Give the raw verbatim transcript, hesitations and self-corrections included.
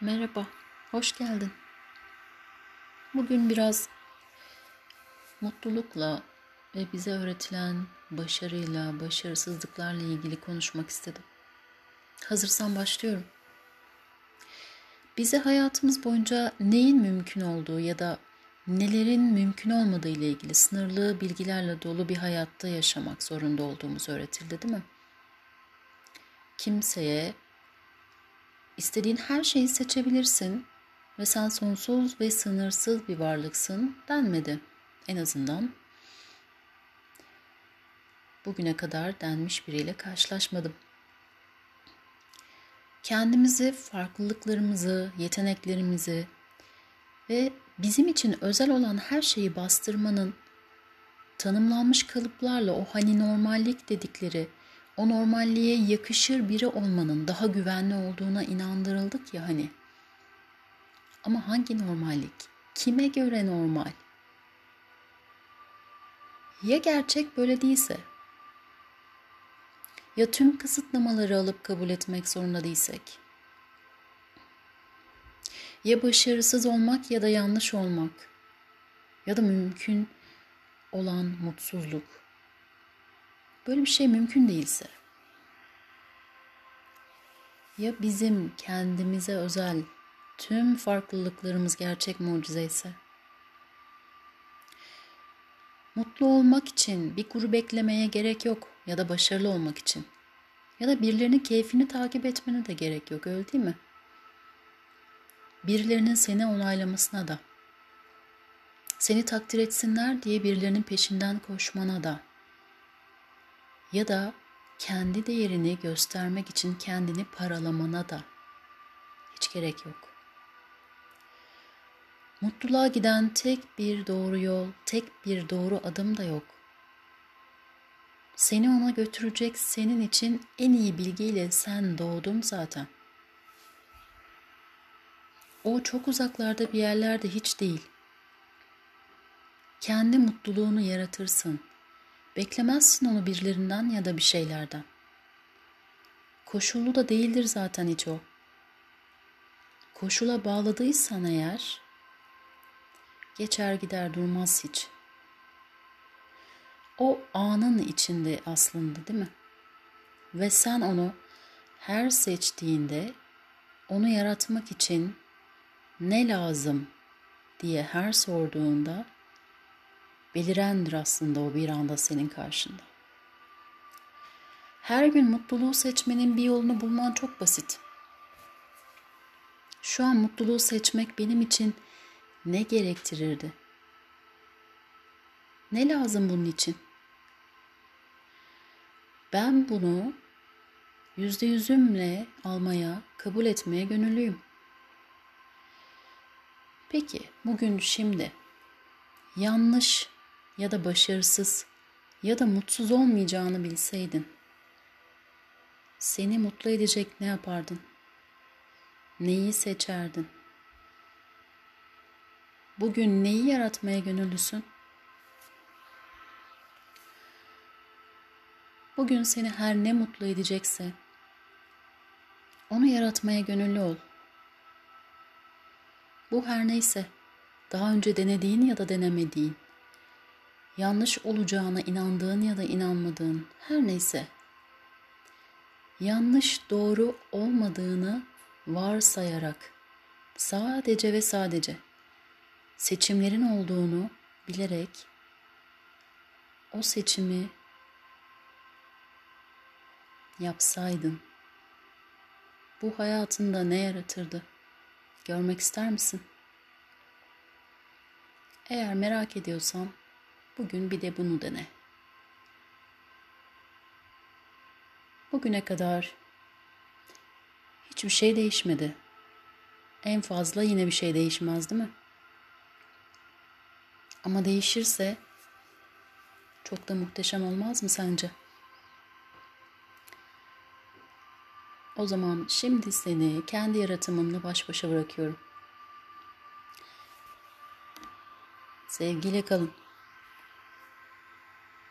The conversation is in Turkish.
Merhaba, hoş geldin. Bugün biraz mutlulukla ve bize öğretilen başarıyla, başarısızlıklarla ilgili konuşmak istedim. Hazırsan başlıyorum. Bize hayatımız boyunca neyin mümkün olduğu ya da nelerin mümkün olmadığı ile ilgili sınırlı bilgilerle dolu bir hayatta yaşamak zorunda olduğumuz öğretildi, değil mi? Kimseye istediğin her şeyi seçebilirsin ve sen sonsuz ve sınırsız bir varlıksın denmedi. En azından bugüne kadar denmiş biriyle karşılaşmadım. Kendimizi, farklılıklarımızı, yeteneklerimizi ve bizim için özel olan her şeyi bastırmanın tanımlanmış kalıplarla o hani normallik dedikleri, o normalliğe yakışır biri olmanın daha güvenli olduğuna inandırıldık ya hani. Ama hangi normallik? Kime göre normal? Ya gerçek böyle değilse? Ya tüm kısıtlamaları alıp kabul etmek zorunda değilsek? Ya başarısız olmak ya da yanlış olmak ya da mümkün olan mutsuzluk. Böyle bir şey mümkün değilse? Ya bizim kendimize özel tüm farklılıklarımız gerçek mucize ise? Mutlu olmak için bir grubu beklemeye gerek yok ya da başarılı olmak için. Ya da birilerinin keyfini takip etmene de gerek yok, öyle değil mi? Birilerinin seni onaylamasına da, seni takdir etsinler diye birilerinin peşinden koşmana da ya da kendi değerini göstermek için kendini paralamana da hiç gerek yok. Mutluluğa giden tek bir doğru yol, tek bir doğru adım da yok. Seni ona götürecek senin için en iyi bilgiyle sen doğdun zaten. O çok uzaklarda bir yerlerde hiç değil. Kendi mutluluğunu yaratırsın. Beklemezsin onu birilerinden ya da bir şeylerden. Koşullu da değildir zaten hiç o. Koşula bağladıysan eğer, geçer gider durmaz hiç. O anın içinde aslında, değil mi? Ve sen onu her seçtiğinde onu yaratmak için ne lazım diye her sorduğunda belirendir aslında o bir anda senin karşında. Her gün mutluluğu seçmenin bir yolunu bulman çok basit. Şu an mutluluğu seçmek benim için ne gerektirirdi? Ne lazım bunun için? Ben bunu yüzde yüzümle almaya, kabul etmeye gönüllüyüm. Peki bugün şimdi yanlış ya da başarısız ya da mutsuz olmayacağını bilseydin, seni mutlu edecek ne yapardın? Neyi seçerdin? Bugün neyi yaratmaya gönüllüsün? Bugün seni her ne mutlu edecekse onu yaratmaya gönüllü ol. Bu her neyse, daha önce denediğin ya da denemediğin, yanlış olacağına inandığın ya da inanmadığın her neyse, yanlış doğru olmadığını varsayarak sadece ve sadece seçimlerin olduğunu bilerek o seçimi yapsaydın bu hayatında ne yaratırdı? Görmek ister misin? Eğer merak ediyorsan bugün bir de bunu dene. Bugüne kadar hiçbir şey değişmedi. En fazla yine bir şey değişmez, değil mi? Ama değişirse çok da muhteşem olmaz mı sence? O zaman şimdi seni kendi yaratımınla baş başa bırakıyorum. Sevgiyle kalın.